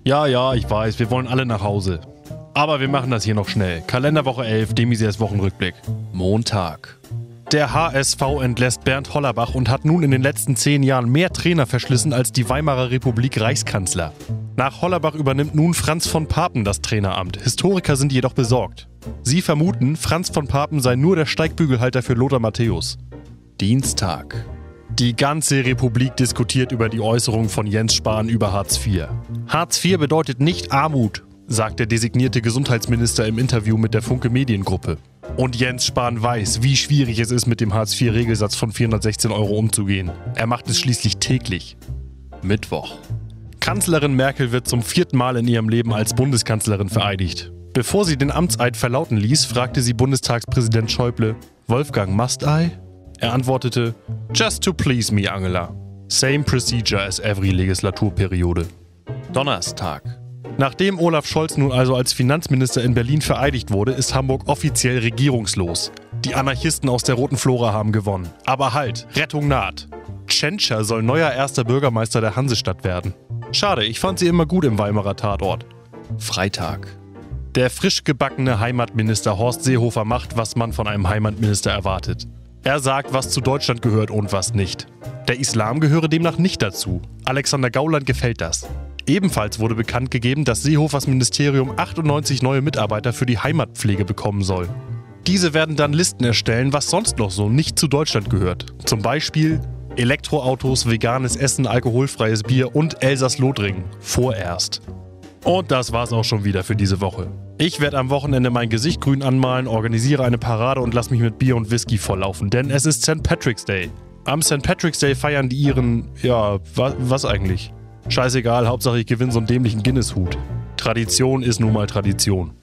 Ja, ich weiß, wir wollen alle nach Hause. Aber wir machen das hier noch schnell. Kalenderwoche 11, de Maizières Wochenrückblick. Montag. Der HSV entlässt Bernd Hollerbach und hat nun in den letzten 10 Jahren mehr Trainer verschlissen als die Weimarer Republik Reichskanzler. Nach Hollerbach übernimmt nun Franz von Papen das Traineramt. Historiker sind jedoch besorgt. Sie vermuten, Franz von Papen sei nur der Steigbügelhalter für Lothar Matthäus. Dienstag. Die ganze Republik diskutiert über die Äußerung von Jens Spahn über Hartz IV. Hartz IV bedeutet nicht Armut, sagt der designierte Gesundheitsminister im Interview mit der Funke Mediengruppe. Und Jens Spahn weiß, wie schwierig es ist, mit dem Hartz-IV-Regelsatz von 416 € umzugehen. Er macht es schließlich täglich. Mittwoch. Kanzlerin Merkel wird zum 4. Mal in ihrem Leben als Bundeskanzlerin vereidigt. Bevor sie den Amtseid verlauten ließ, fragte sie Bundestagspräsident Schäuble, Wolfgang, must I? Er antwortete, just to please me, Angela. Same procedure as every Legislaturperiode. Donnerstag. Nachdem Olaf Scholz nun also als Finanzminister in Berlin vereidigt wurde, ist Hamburg offiziell regierungslos. Die Anarchisten aus der Roten Flora haben gewonnen. Aber halt, Rettung naht. Tschentscher soll neuer erster Bürgermeister der Hansestadt werden. Schade, ich fand sie immer gut im Weimarer Tatort. Freitag. Der frisch gebackene Heimatminister Horst Seehofer macht, was man von einem Heimatminister erwartet. Er sagt, was zu Deutschland gehört und was nicht. Der Islam gehöre demnach nicht dazu. Alexander Gauland gefällt das. Ebenfalls wurde bekannt gegeben, dass Seehofers Ministerium 98 neue Mitarbeiter für die Heimatpflege bekommen soll. Diese werden dann Listen erstellen, was sonst noch so nicht zu Deutschland gehört. Zum Beispiel Elektroautos, veganes Essen, alkoholfreies Bier und Elsass-Lothringen. Vorerst. Und das war's auch schon wieder für diese Woche. Ich werde am Wochenende mein Gesicht grün anmalen, organisiere eine Parade und lass mich mit Bier und Whisky volllaufen, denn es ist St. Patrick's Day. Am St. Patrick's Day feiern die Iren, was eigentlich? Scheißegal, Hauptsache ich gewinne so einen dämlichen Guinness-Hut. Tradition ist nun mal Tradition.